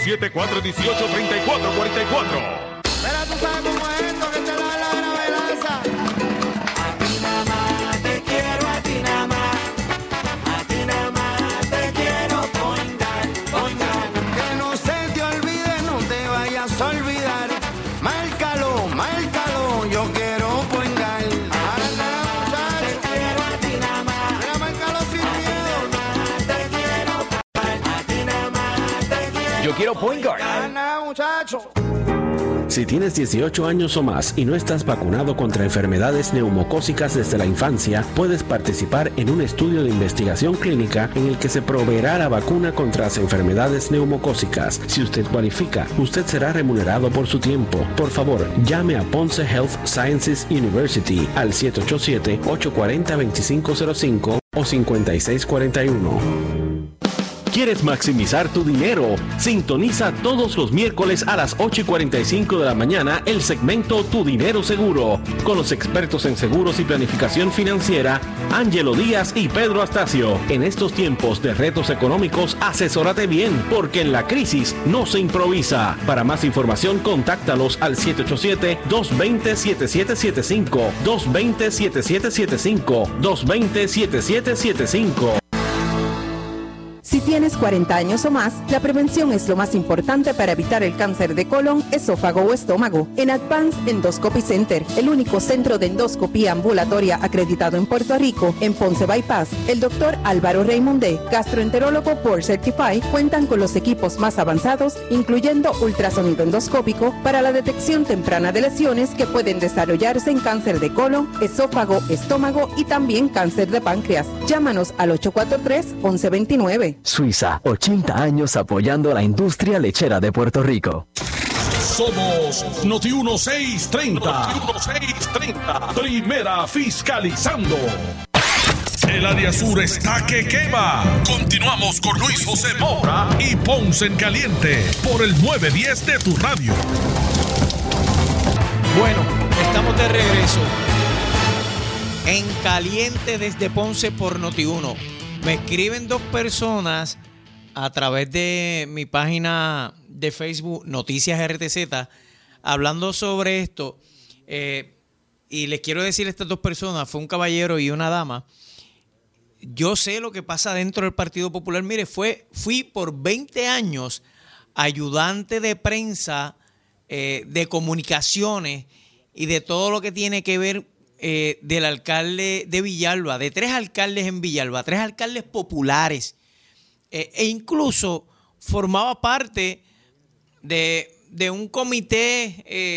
787-418-3444. Pero tú sabes cómo es esto, que te da la gravedad. A ti nada más te quiero, a ti nada más. A ti nada más te quiero poingar. Que no se te olvide, no te vayas a olvidar. Márcalo, yo quiero poingar. Te quiero a ti nada más. Mira, márcalo sin miedo. Te quiero a ti nada más te quiero. Yo quiero poingar. Gana, muchacho. Si tienes 18 años o más y no estás vacunado contra enfermedades neumocócicas desde la infancia, puedes participar en un estudio de investigación clínica en el que se proveerá la vacuna contra las enfermedades neumocócicas. Si usted cualifica, usted será remunerado por su tiempo. Por favor, llame a Ponce Health Sciences University al 787-840-2505 o 5641. ¿Quieres maximizar tu dinero? Sintoniza todos los miércoles a las 8:45 de la mañana el segmento Tu Dinero Seguro, con los expertos en seguros y planificación financiera, Ángelo Díaz y Pedro Astacio. En estos tiempos de retos económicos, asesórate bien, porque en la crisis no se improvisa. Para más información, contáctalos al 787-220-7775, 220-7775, 220-7775. Si tienes 40 años o más, la prevención es lo más importante para evitar el cáncer de colon, esófago o estómago. En Advanced Endoscopy Center, el único centro de endoscopía ambulatoria acreditado en Puerto Rico, en Ponce Bypass, el doctor Álvaro Raymondé, gastroenterólogo Board Certified, cuentan con los equipos más avanzados, incluyendo ultrasonido endoscópico para la detección temprana de lesiones que pueden desarrollarse en cáncer de colon, esófago, estómago y también cáncer de páncreas. Llámanos al 843-1129. Suiza, 80 años apoyando a la industria lechera de Puerto Rico. Somos Noti1 630. Noti1 630. Primera fiscalizando. El área sur está que quema. Continuamos con Luis José Moura y Ponce en Caliente por el 910 de tu radio. Bueno, estamos de regreso. En Caliente desde Ponce por Noti1. Me escriben dos personas a través de mi página de Facebook, Noticias RTZ, hablando sobre esto. Y les quiero decir a estas dos personas, fue un caballero y una dama. Yo sé lo que pasa dentro del Partido Popular. Mire, fui por 20 años ayudante de prensa, de comunicaciones y de todo lo que tiene que ver del alcalde de Villalba, de 3 alcaldes en Villalba, 3 alcaldes populares, e incluso formaba parte de un comité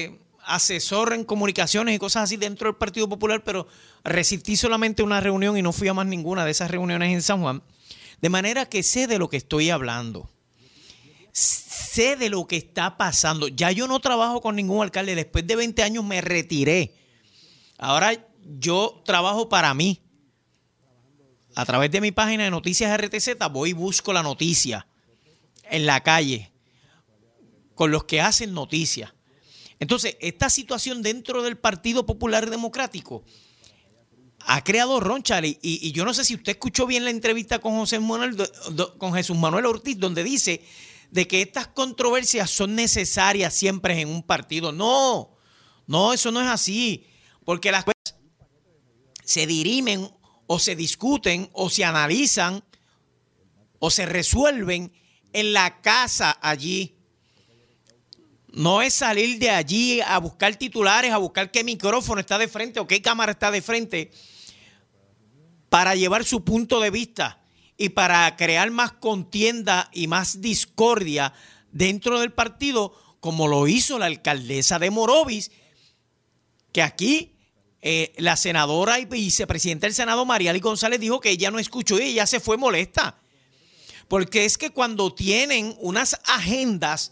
asesor en comunicaciones y cosas así dentro del Partido Popular, pero resistí solamente una reunión y no fui a más ninguna de esas reuniones en San Juan. De manera que sé de lo que estoy hablando. Sé de lo que está pasando. Ya yo no trabajo con ningún alcalde. Después de 20 años me retiré. Ahora yo trabajo para mí. A través de mi página de Noticias RTZ voy y busco la noticia en la calle con los que hacen noticias. Entonces, esta situación dentro del Partido Popular Democrático ha creado roncha. Y yo no sé si usted escuchó bien la entrevista con Jesús Manuel Ortiz, donde dice de que estas controversias son necesarias siempre en un partido. No, eso no es así. Porque las cosas se dirimen o se discuten o se analizan o se resuelven en la casa allí. No es salir de allí a buscar titulares, a buscar qué micrófono está de frente o qué cámara está de frente para llevar su punto de vista y para crear más contienda y más discordia dentro del partido, como lo hizo la alcaldesa de Morovis, que aquí la senadora y vicepresidenta del Senado, Mariali González, dijo que ella no escuchó y ella se fue molesta. Porque es que cuando tienen unas agendas,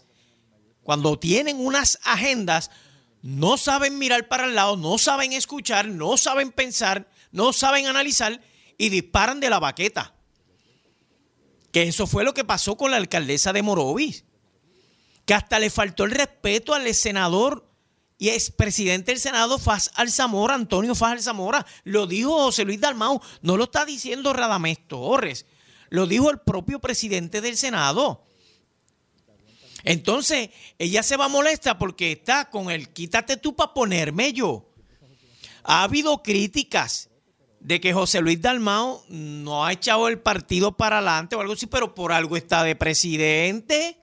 no saben mirar para el lado, no saben escuchar, no saben pensar, no saben analizar y disparan de la baqueta. Que eso fue lo que pasó con la alcaldesa de Morovis. Que hasta le faltó el respeto al senador y expresidente del Senado, Antonio Faz Alzamora. Lo dijo José Luis Dalmau, no lo está diciendo Radamés Torres, lo dijo el propio presidente del Senado. Entonces, ella se va molesta porque está con el quítate tú para ponerme yo. Ha habido críticas de que José Luis Dalmau no ha echado el partido para adelante o algo así, pero por algo está de presidente.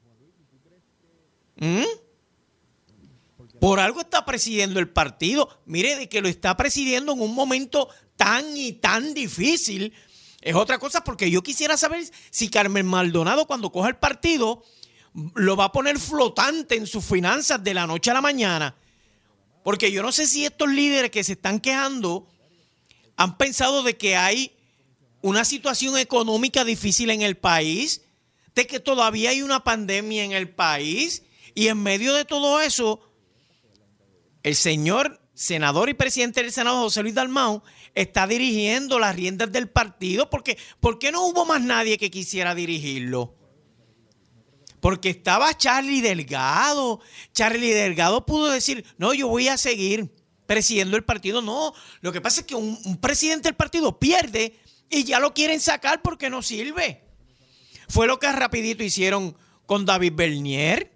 Por algo está presidiendo el partido. Mire, de que lo está presidiendo en un momento tan y tan difícil es otra cosa, porque yo quisiera saber si Carmen Maldonado, cuando coja el partido, lo va a poner flotante en sus finanzas de la noche a la mañana. Porque yo no sé si estos líderes que se están quejando han pensado de que hay una situación económica difícil en el país, de que todavía hay una pandemia en el país, y en medio de todo eso, el señor senador y presidente del Senado, José Luis Dalmau, está dirigiendo las riendas del partido. ¿Por qué no hubo más nadie que quisiera dirigirlo? Porque estaba Charlie Delgado. Charlie Delgado pudo decir, no, yo voy a seguir presidiendo el partido. No, lo que pasa es que un presidente del partido pierde y ya lo quieren sacar porque no sirve. Fue lo que rapidito hicieron con David Bernier.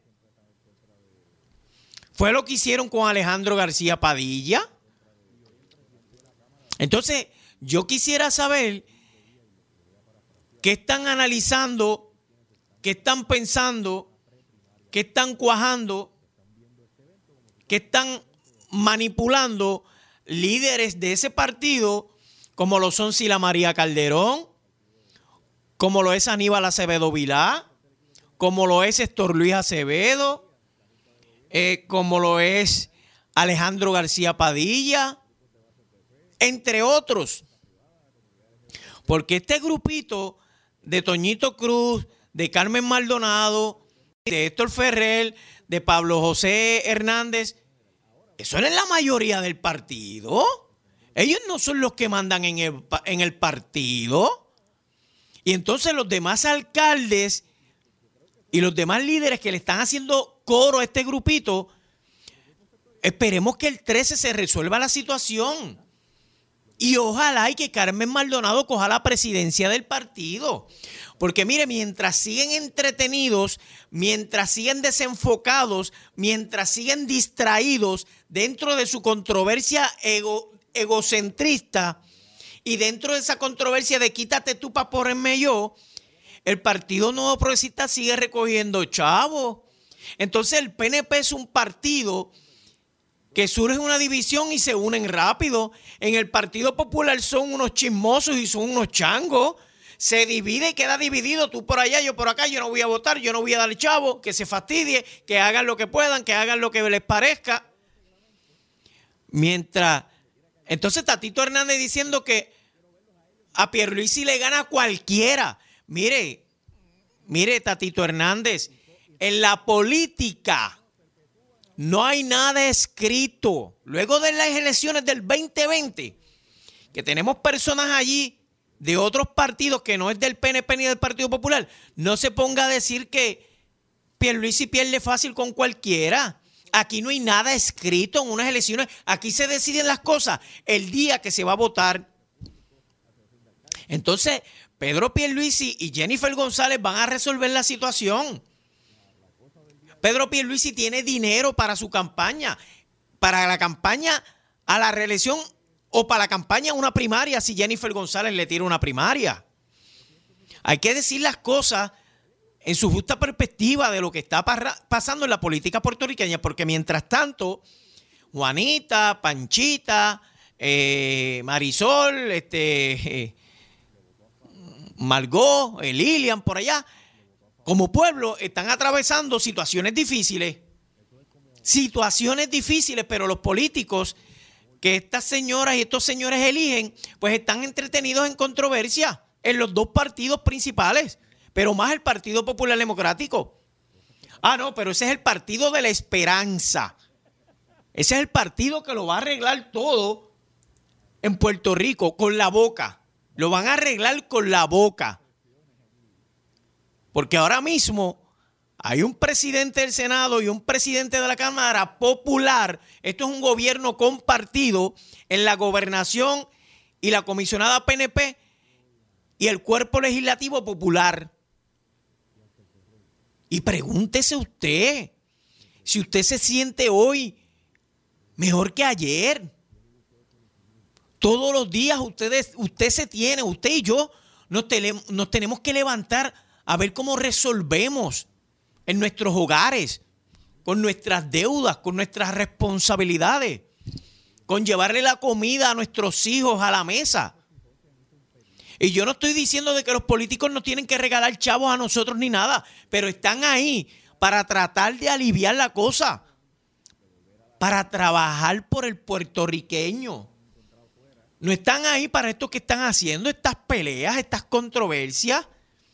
Fue lo que hicieron con Alejandro García Padilla. Entonces, yo quisiera saber qué están analizando, qué están pensando, qué están cuajando, qué están manipulando líderes de ese partido, como lo son Sila María Calderón, como lo es Aníbal Acevedo Vilá, como lo es Héctor Luis Acevedo, como lo es Alejandro García Padilla, entre otros. Porque este grupito de Toñito Cruz, de Carmen Maldonado, de Héctor Ferrer, de Pablo José Hernández, eso no es la mayoría del partido. Ellos no son los que mandan en el partido. Y entonces los demás alcaldes y los demás líderes que le están haciendo coro a este grupito, esperemos que el 13 se resuelva la situación. Y ojalá y que Carmen Maldonado coja la presidencia del partido. Porque mire, mientras siguen entretenidos, mientras siguen desenfocados, mientras siguen distraídos dentro de su controversia egocentrista y dentro de esa controversia de quítate tú para ponerme yo, el Partido Nuevo Progresista sigue recogiendo chavos. Entonces el PNP es un partido que surge una división y se unen rápido. En el Partido Popular son unos chismosos y son unos changos. Se divide y queda dividido, tú por allá, yo por acá, yo no voy a votar, yo no voy a darle chavo, que se fastidie, que hagan lo que puedan, que hagan lo que les parezca. Entonces Tatito Hernández diciendo que a Pierluisi le gana cualquiera. Mire, Tatito Hernández, en la política no hay nada escrito. Luego de las elecciones del 2020, que tenemos personas allí de otros partidos que no es del PNP ni del Partido Popular, no se ponga a decir que Pierluisi pierde fácil con cualquiera. Aquí no hay nada escrito en unas elecciones. Aquí se deciden las cosas el día que se va a votar. Entonces, Pedro Pierluisi y Jennifer González van a resolver la situación. Pedro Pierluisi tiene dinero para su campaña, para la campaña a la reelección o para la campaña a una primaria si Jennifer González le tira una primaria. Hay que decir las cosas en su justa perspectiva de lo que está pasando en la política puertorriqueña, porque mientras tanto, Juanita, Panchita, Marisol, Margot, Lilian, por allá, como pueblo, están atravesando situaciones difíciles, pero los políticos que estas señoras y estos señores eligen, pues están entretenidos en controversia en los dos partidos principales, pero más el Partido Popular Democrático. Ah, no, pero ese es el partido de la esperanza. Ese es el partido que lo va a arreglar todo en Puerto Rico con la boca. Lo van a arreglar con la boca. Porque ahora mismo hay un presidente del Senado y un presidente de la Cámara Popular. Esto es un gobierno compartido en la gobernación y la comisionada PNP y el cuerpo legislativo popular. Y pregúntese usted si usted se siente hoy mejor que ayer. Todos los días usted y yo nos tenemos que levantar a ver cómo resolvemos en nuestros hogares, con nuestras deudas, con nuestras responsabilidades, con llevarle la comida a nuestros hijos a la mesa. Y yo no estoy diciendo de que los políticos no tienen que regalar chavos a nosotros ni nada, pero están ahí para tratar de aliviar la cosa, para trabajar por el puertorriqueño. No están ahí para esto que están haciendo, estas peleas, estas controversias.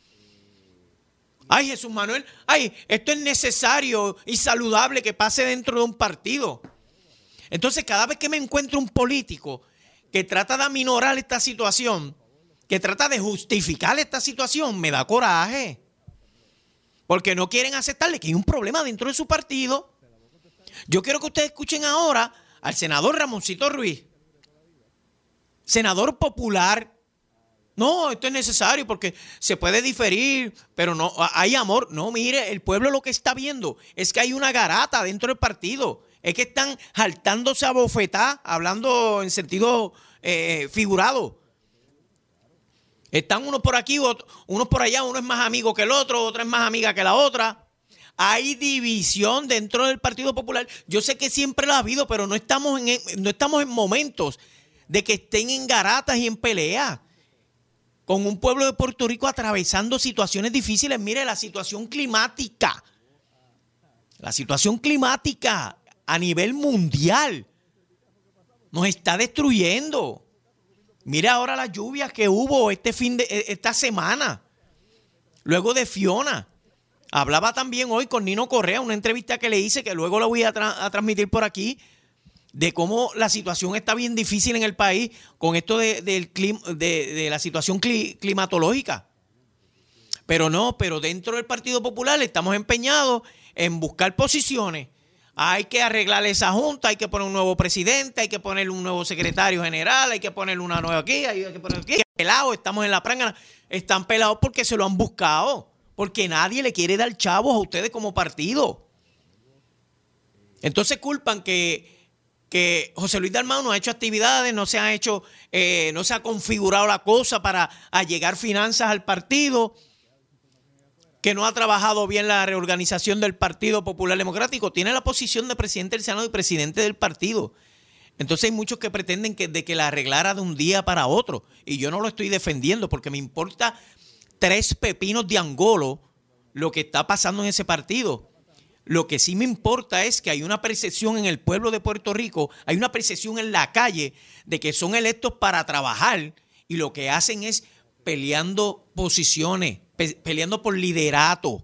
Ay, Jesús Manuel, esto es necesario y saludable que pase dentro de un partido. Entonces, cada vez que me encuentro un político que trata de aminorar esta situación, que trata de justificar esta situación, me da coraje. Porque no quieren aceptarle que hay un problema dentro de su partido. Yo quiero que ustedes escuchen ahora al senador Ramoncito Ruiz, senador popular. No, esto es necesario porque se puede diferir, pero no hay amor. No, mire, el pueblo lo que está viendo es que hay una garata dentro del partido. Es que están jaltándose a bofetá, hablando en sentido figurado. Están unos por aquí, unos por allá, uno es más amigo que el otro, otra es más amiga que la otra. Hay división dentro del Partido Popular. Yo sé que siempre lo ha habido, pero no estamos en momentos de que estén en garatas y en peleas. Con un pueblo de Puerto Rico atravesando situaciones difíciles. Mire, la situación climática a nivel mundial nos está destruyendo. Mira ahora las lluvias que hubo esta semana, luego de Fiona. Hablaba también hoy con Nino Correa, una entrevista que le hice, que luego la voy a transmitir por aquí, de cómo la situación está bien difícil en el país con esto de la situación climatológica. Pero dentro del Partido Popular estamos empeñados en buscar posiciones. Hay que arreglar esa junta, hay que poner un nuevo presidente, hay que poner un nuevo secretario general, hay que poner una nueva aquí, hay que poner aquí. Pelados, estamos en la prángana. Están pelados porque se lo han buscado, porque nadie le quiere dar chavos a ustedes como partido. Entonces culpan que José Luis Dalmau no ha hecho actividades, no se ha configurado la cosa para allegar finanzas al partido, que no ha trabajado bien la reorganización del Partido Popular Democrático. Tiene la posición de presidente del Senado y presidente del partido. Entonces hay muchos que pretenden que la arreglara de un día para otro. Y yo no lo estoy defendiendo porque me importa 3 pepinos de angolo lo que está pasando en ese partido. Lo que sí me importa es que hay una percepción en el pueblo de Puerto Rico, hay una percepción en la calle de que son electos para trabajar y lo que hacen es peleando posiciones, peleando por liderato,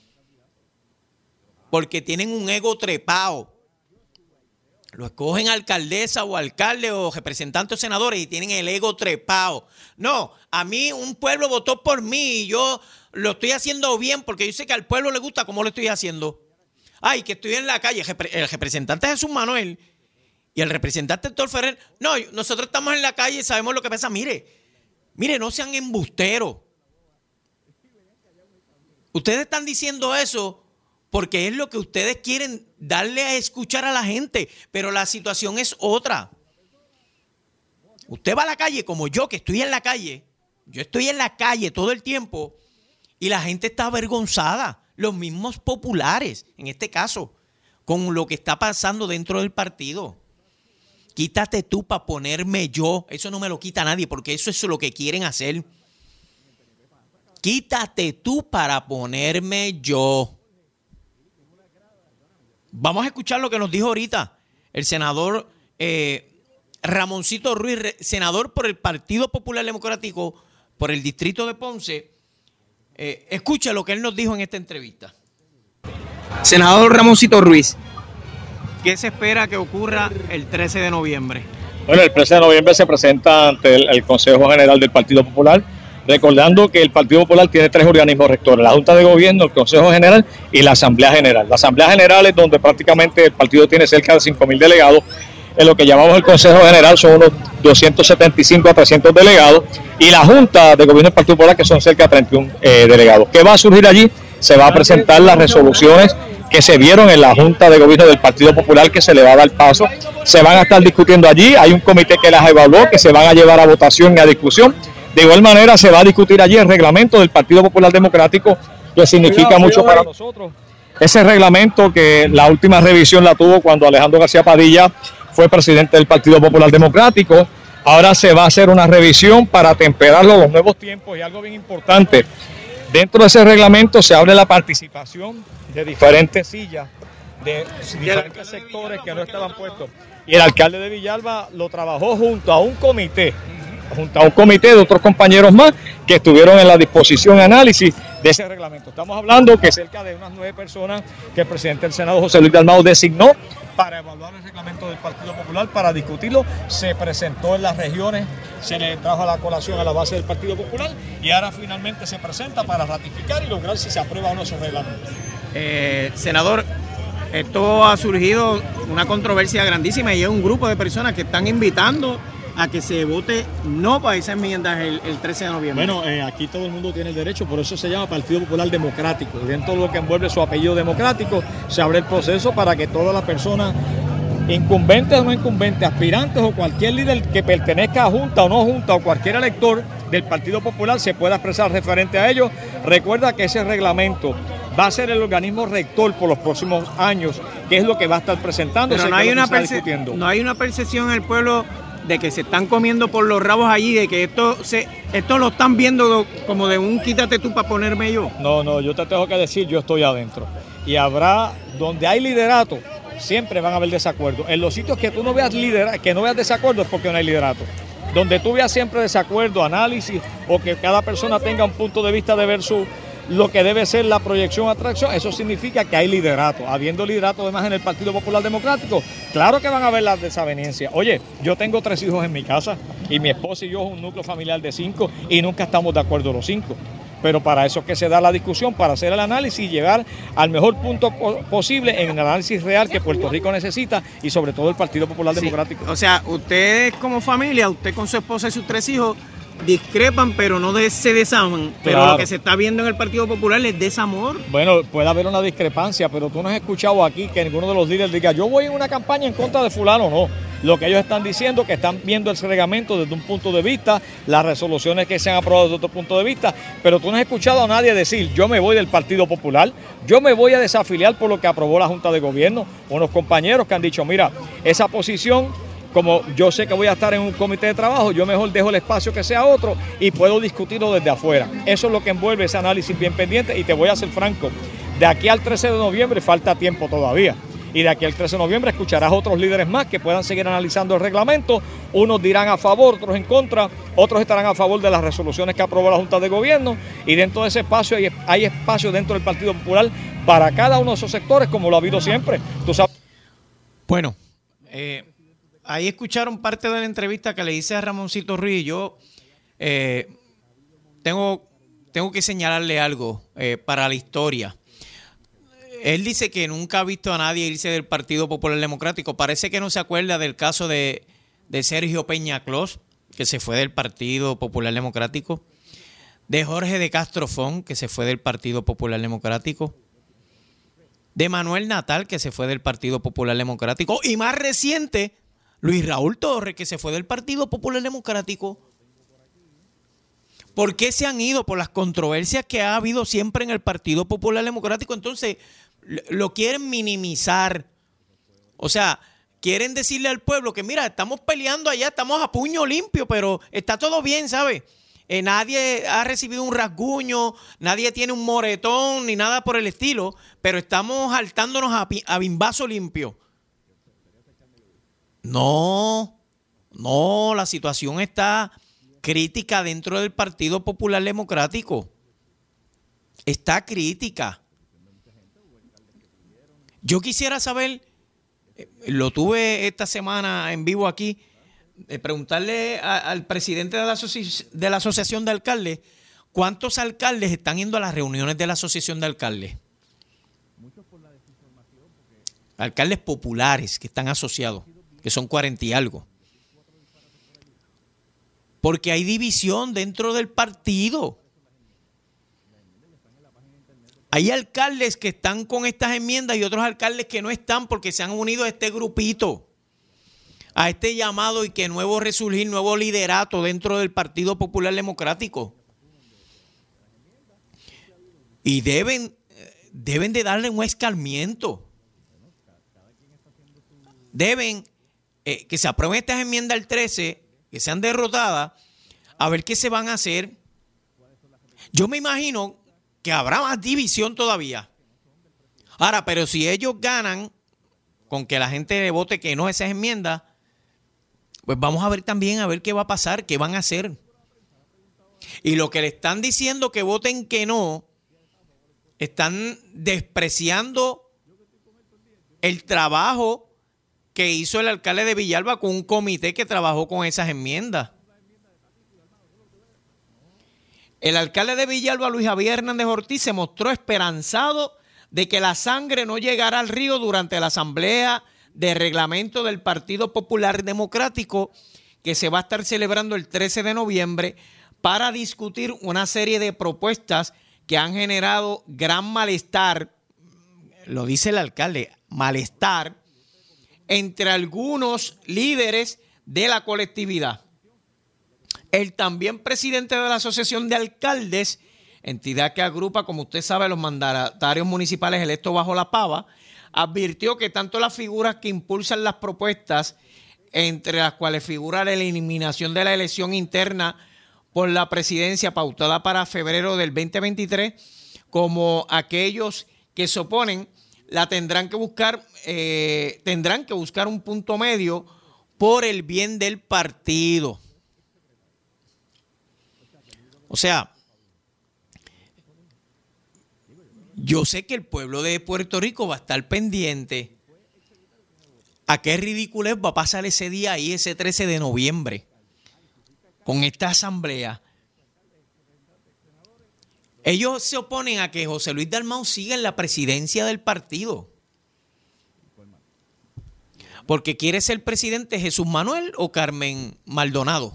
porque tienen un ego trepado. Lo escogen alcaldesa o alcalde o representantes o senadores y tienen el ego trepado. No, a mí un pueblo votó por mí y yo lo estoy haciendo bien porque yo sé que al pueblo le gusta cómo lo estoy haciendo. Ay, que estoy en la calle. El representante Jesús Manuel y el representante Héctor Ferrer. No, nosotros estamos en la calle y sabemos lo que pasa. Mire, no sean embusteros. Ustedes están diciendo eso porque es lo que ustedes quieren darle a escuchar a la gente, pero la situación es otra. Usted va a la calle como yo, que estoy en la calle. Yo estoy en la calle todo el tiempo y la gente está avergonzada. Los mismos populares, en este caso, con lo que está pasando dentro del partido. Quítate tú para ponerme yo. Eso no me lo quita nadie porque eso es lo que quieren hacer. Quítate tú para ponerme yo. Vamos a escuchar lo que nos dijo ahorita el senador Ramoncito Ruiz, senador por el Partido Popular Democrático, por el distrito de Ponce. Escucha lo que él nos dijo en esta entrevista. Senador Ramoncito Ruiz, ¿qué se espera que ocurra el 13 de noviembre? Bueno, el 13 de noviembre se presenta ante el Consejo General del Partido Popular, recordando que el Partido Popular tiene 3 organismos rectores: la Junta de Gobierno, el Consejo General y la Asamblea General. La Asamblea General es donde prácticamente el partido tiene cerca de 5.000 delegados. En lo que llamamos el Consejo General son unos 275 a 300 delegados, y la Junta de Gobierno del Partido Popular, que son cerca de 31 delegados. ¿Qué va a surgir allí? Se va a presentar las resoluciones que se vieron en la Junta de Gobierno del Partido Popular, que se le va a dar paso. Se van a estar discutiendo allí, hay un comité que las evaluó, que se van a llevar a votación y a discusión. De igual manera se va a discutir allí el reglamento del Partido Popular Democrático, que significa mucho para nosotros. Ese reglamento, que la última revisión la tuvo cuando Alejandro García Padilla fue presidente del Partido Popular Democrático. Ahora se va a hacer una revisión para atemperarlo a los nuevos tiempos, y algo bien importante, dentro de ese reglamento se abre la participación de diferentes sillas, de diferentes sectores que no estaban puestos. Y el alcalde de Villalba lo trabajó junto a un comité de otros compañeros más que estuvieron en la disposición y análisis de ese reglamento. Estamos hablando que cerca de unas 9 personas que el presidente del Senado, José Luis Dalmau, designó para evaluar el reglamento del Partido Popular, para discutirlo. Se presentó en las regiones, se le trajo a la colación a la base del Partido Popular, y ahora finalmente se presenta para ratificar y lograr si se aprueba o no ese reglamento. Senador, esto ha surgido una controversia grandísima y hay un grupo de personas que están invitando a que se vote no para esa enmienda el 13 de noviembre. Bueno, aquí todo el mundo tiene el derecho, por eso se llama Partido Popular Democrático. Dentro de lo que envuelve su apellido democrático, se abre el proceso para que todas las personas, incumbentes o no incumbentes, aspirantes o cualquier líder que pertenezca a Junta o no Junta, o cualquier elector del Partido Popular, se pueda expresar referente a ello. Recuerda que ese reglamento va a ser el organismo rector por los próximos años, que es lo que va a estar presentando. Pero no hay una percepción en el pueblo de que se están comiendo por los rabos allí, de que esto lo están viendo como de un quítate tú para ponerme yo. No, yo te tengo que decir, yo estoy adentro. Y habrá, donde hay liderato, siempre van a haber desacuerdos. En los sitios que tú no veas que no veas desacuerdo, es porque no hay liderato. Donde tú veas siempre desacuerdo, análisis, o que cada persona tenga un punto de vista de ver lo que debe ser la proyección, atracción, eso significa que hay liderato. Habiendo liderato además en el Partido Popular Democrático, claro que van a haber las desavenencias. Oye, yo tengo 3 hijos en mi casa y mi esposa y yo es un núcleo familiar de 5 y nunca estamos de acuerdo los 5. Pero para eso es que se da la discusión, para hacer el análisis y llegar al mejor punto posible en el análisis real que Puerto Rico necesita, y sobre todo el Partido Popular Democrático. O sea, ustedes como familia, usted con su esposa y sus 3 hijos, discrepan, pero no se desaman. Pero claro, lo que se está viendo en el Partido Popular es desamor. Bueno, puede haber una discrepancia, pero tú no has escuchado aquí que ninguno de los líderes diga yo voy en una campaña en contra de fulano. No, lo que ellos están diciendo, que están viendo el reglamento desde un punto de vista, las resoluciones que se han aprobado desde otro punto de vista, pero tú no has escuchado a nadie decir yo me voy del Partido Popular, yo me voy a desafiliar por lo que aprobó la Junta de Gobierno. Unos compañeros que han dicho mira, esa posición, como yo sé que voy a estar en un comité de trabajo, yo mejor dejo el espacio que sea otro y puedo discutirlo desde afuera. Eso es lo que envuelve ese análisis bien pendiente, y te voy a ser franco. De aquí al 13 de noviembre falta tiempo todavía. Y de aquí al 13 de noviembre escucharás otros líderes más que puedan seguir analizando el reglamento. Unos dirán a favor, otros en contra, otros estarán a favor de las resoluciones que aprobó la Junta de Gobierno. Y dentro de ese espacio hay espacio dentro del Partido Popular para cada uno de esos sectores, como lo ha habido siempre. ¿Tú sabes? Bueno, ahí escucharon parte de la entrevista que le hice a Ramoncito Ruiz. Yo tengo que señalarle algo para la historia. Él dice que nunca ha visto a nadie irse del Partido Popular Democrático. Parece que no se acuerda del caso de Sergio Peña Clos, que se fue del Partido Popular Democrático, de Jorge de Castro Font, que se fue del Partido Popular Democrático, de Manuel Natal, que se fue del Partido Popular Democrático, y más reciente, Luis Raúl Torres, que se fue del Partido Popular Democrático. ¿Por qué se han ido? Por las controversias que ha habido siempre en el Partido Popular Democrático. Entonces, lo quieren minimizar. O sea, quieren decirle al pueblo que mira, estamos peleando allá, estamos a puño limpio, pero está todo bien, ¿sabes? Nadie ha recibido un rasguño, nadie tiene un moretón ni nada por el estilo, pero estamos saltándonos a bimbazo limpio. No, la situación está crítica dentro del Partido Popular Democrático. Está crítica. Yo quisiera saber, lo tuve esta semana en vivo aquí, preguntarle al presidente de la Asociación de Alcaldes, ¿cuántos alcaldes están yendo a las reuniones de la Asociación de Alcaldes? Alcaldes populares que están asociados, que son 40 y algo. Porque hay división dentro del partido. Hay alcaldes que están con estas enmiendas y otros alcaldes que no están porque se han unido a este grupito, a este llamado y que nuevo resurgir, nuevo liderato dentro del Partido Popular Democrático. Y deben de darle un escarmiento. Deben que se aprueben estas enmiendas al 13, que sean derrotadas, a ver qué se van a hacer. Yo me imagino que habrá más división todavía. Ahora, pero si ellos ganan con que la gente le vote que no a esas enmiendas, pues vamos a ver también a ver qué va a pasar, qué van a hacer. Y lo que le están diciendo que voten que no, están despreciando el trabajo que hizo el alcalde de Villalba con un comité que trabajó con esas enmiendas. El alcalde de Villalba, Luis Javier Hernández Ortiz, se mostró esperanzado de que la sangre no llegara al río durante la asamblea de reglamento del Partido Popular Democrático que se va a estar celebrando el 13 de noviembre para discutir una serie de propuestas que han generado gran malestar, lo dice el alcalde, malestar entre algunos líderes de la colectividad. El también presidente de la Asociación de Alcaldes, entidad que agrupa, como usted sabe, los mandatarios municipales electos bajo la pava, advirtió que tanto las figuras que impulsan las propuestas, entre las cuales figura la eliminación de la elección interna por la presidencia pautada para febrero del 2023, como aquellos que se oponen, tendrán que buscar un punto medio por el bien del partido. O sea, yo sé que el pueblo de Puerto Rico va a estar pendiente a qué ridiculez va a pasar ese día ahí, ese 13 de noviembre, con esta asamblea. Ellos se oponen a que José Luis Dalmau siga en la presidencia del partido. Porque quiere ser presidente Jesús Manuel o Carmen Maldonado.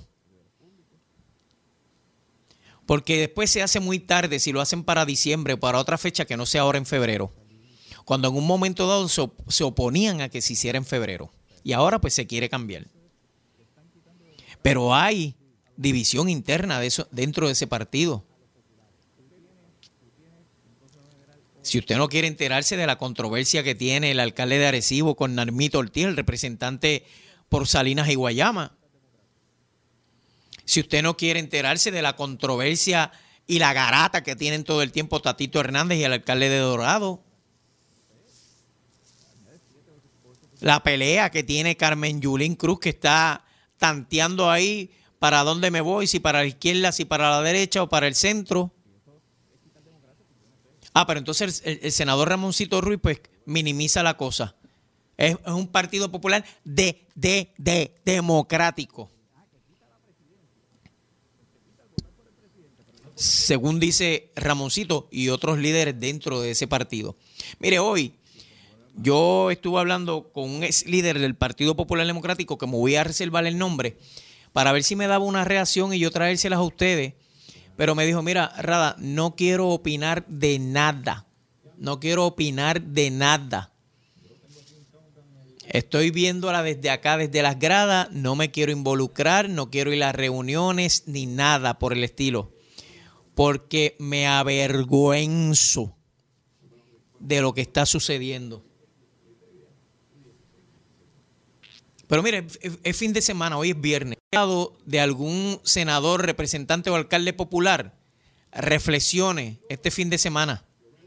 Porque después se hace muy tarde si lo hacen para diciembre o para otra fecha que no sea ahora en febrero. Cuando en un momento dado se oponían a que se hiciera en febrero. Y ahora pues se quiere cambiar. Pero hay división interna de eso, dentro de ese partido. Si usted no quiere enterarse de la controversia que tiene el alcalde de Arecibo con Narmito Ortiz, el representante por Salinas y Guayama. Si usted no quiere enterarse de la controversia y la garata que tienen todo el tiempo Tatito Hernández y el alcalde de Dorado. La pelea que tiene Carmen Yulín Cruz, que está tanteando ahí para dónde me voy, si para la izquierda, si para la derecha o para el centro. Pero entonces el senador Ramoncito Ruiz pues minimiza la cosa. Es un partido popular democrático. Según dice Ramoncito y otros líderes dentro de ese partido. Mire, hoy yo estuve hablando con un ex líder del Partido Popular Democrático, que me voy a reservar el nombre, para ver si me daba una reacción y yo traérselas a ustedes. Pero me dijo, mira, Rada, no quiero opinar de nada. No quiero opinar de nada. Estoy viéndola desde acá, desde las gradas. No me quiero involucrar, no quiero ir a reuniones ni nada por el estilo. Porque me avergüenzo de lo que está sucediendo. Pero mire, es fin de semana, hoy es viernes. De algún senador, representante o alcalde popular, reflexione este fin de semana.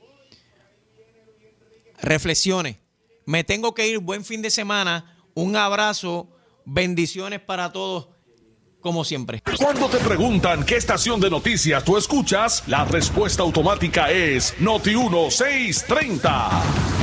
Reflexione. Me tengo que ir, buen fin de semana, un abrazo, bendiciones para todos, como siempre. Cuando te preguntan qué estación de noticias tú escuchas, la respuesta automática es Noti 1630.